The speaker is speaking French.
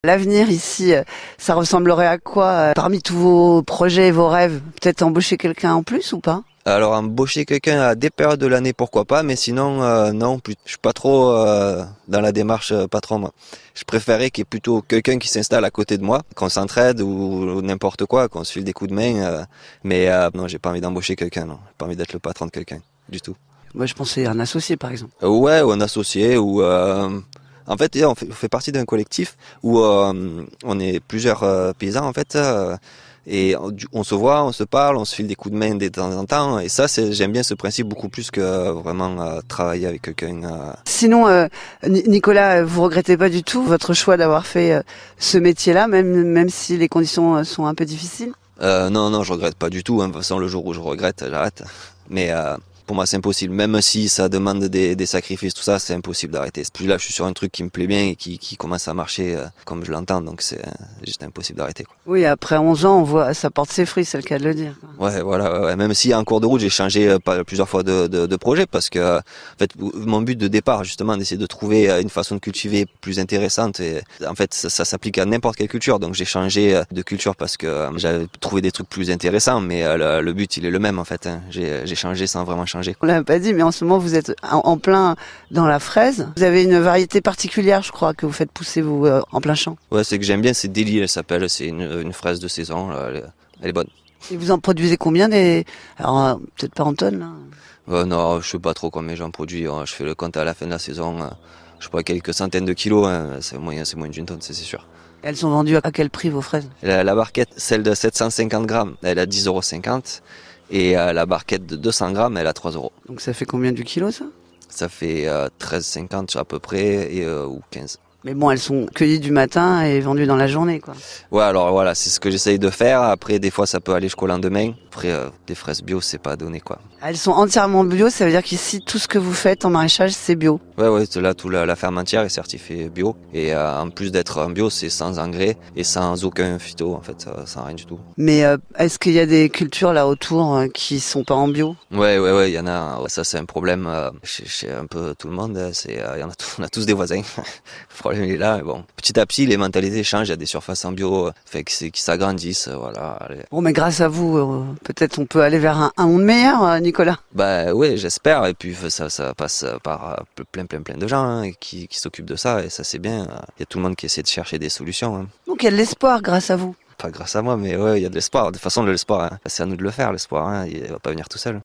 L'avenir ici, ça ressemblerait à quoi parmi tous vos projets et vos rêves? Peut-être embaucher quelqu'un en plus ou pas? Alors embaucher quelqu'un à des périodes de l'année, pourquoi pas, mais sinon non, je suis pas trop dans la démarche patron moi. Je préférais qu'il y ait plutôt quelqu'un qui s'installe à côté de moi, qu'on s'entraide ou n'importe quoi, qu'on se file des coups de main. Mais non, j'ai pas envie d'embaucher quelqu'un, non. J'ai pas envie d'être le patron de quelqu'un, du tout. Moi, je pensais à un associé, par exemple. Ouais, ou un associé, ou en fait, on fait partie d'un collectif où on est plusieurs paysans en fait. Et on se voit, on se parle, on se file des coups de main de temps en temps. Et ça, j'aime bien ce principe beaucoup plus que vraiment travailler avec quelqu'un. Sinon, Nicolas, vous regrettez pas du tout votre choix d'avoir fait ce métier-là, même si les conditions sont un peu difficiles? Non, je regrette pas du tout. Hein. De toute façon, le jour où je regrette, j'arrête. Mais pour moi, c'est impossible. Même si ça demande des sacrifices, tout ça, c'est impossible d'arrêter. Puis là, je suis sur un truc qui me plaît bien et qui commence à marcher comme je l'entends. Donc c'est juste impossible d'arrêter. Quoi. Oui, après 11 ans, on voit, ça porte ses fruits, c'est le cas de le dire. Ouais, voilà. Ouais. Même si en cours de route, j'ai changé plusieurs fois de projet parce que, en fait, mon but de départ, justement, d'essayer de trouver une façon de cultiver plus intéressante. Et en fait, ça s'applique à n'importe quelle culture. Donc j'ai changé de culture parce que j'avais trouvé des trucs plus intéressants. Mais le but, il est le même en fait. Hein. J'ai changé sans vraiment changer. On l'a pas dit, mais en ce moment, vous êtes en plein dans la fraise. Vous avez une variété particulière, je crois, que vous faites pousser vous en plein champ. Ouais, c'est que j'aime bien, c'est Déli, elle s'appelle. C'est une fraise de saison. Là, elle est bonne. Et vous en produisez combien Alors, peut-être pas en tonnes, là. Non, je sais pas trop combien j'en produis. Je fais le compte à la fin de la saison. Je sais pas, quelques centaines de kilos. Hein. C'est moins d'une tonne, c'est sûr. Elles sont vendues à quel prix, vos fraises? La barquette, celle de 750 grammes, elle a 10,50 €. Et la barquette de 200 grammes, elle a 3 €. Donc ça fait combien du kilo, ça? Ça fait 13,50 à peu près, ou 15. Mais bon, elles sont cueillies du matin et vendues dans la journée, quoi. Ouais, alors voilà, c'est ce que j'essaye de faire. Après, des fois, ça peut aller jusqu'au lendemain. Après, des fraises bio, c'est pas donné, quoi. Elles sont entièrement bio, ça veut dire qu'ici, tout ce que vous faites en maraîchage, c'est bio. Ouais, là, la ferme entière est certifiée bio. Et en plus d'être en bio, c'est sans engrais et sans aucun phyto, en fait, sans rien du tout. Mais est-ce qu'il y a des cultures là autour qui sont pas en bio? Ouais, il y en a. Ouais, ça, c'est un problème chez un peu tout le monde. On a tous des voisins. Le problème il est là. Mais bon, petit à petit, les mentalités changent. Il y a des surfaces en bio, fait que qui s'agrandissent. Voilà. Bon, mais grâce à vous, peut-être on peut aller vers un monde meilleur, Nicolas. Bah ouais, j'espère. Et puis ça passe par plein de gens qui s'occupent de ça. Et ça, c'est bien. Il y a tout le monde qui essaie de chercher des solutions. Hein. Donc il y a de l'espoir grâce à vous. Pas grâce à moi, mais ouais, il y a de l'espoir. De toute façon, l'espoir, hein, c'est à nous de le faire, l'espoir. Hein, il va pas venir tout seul.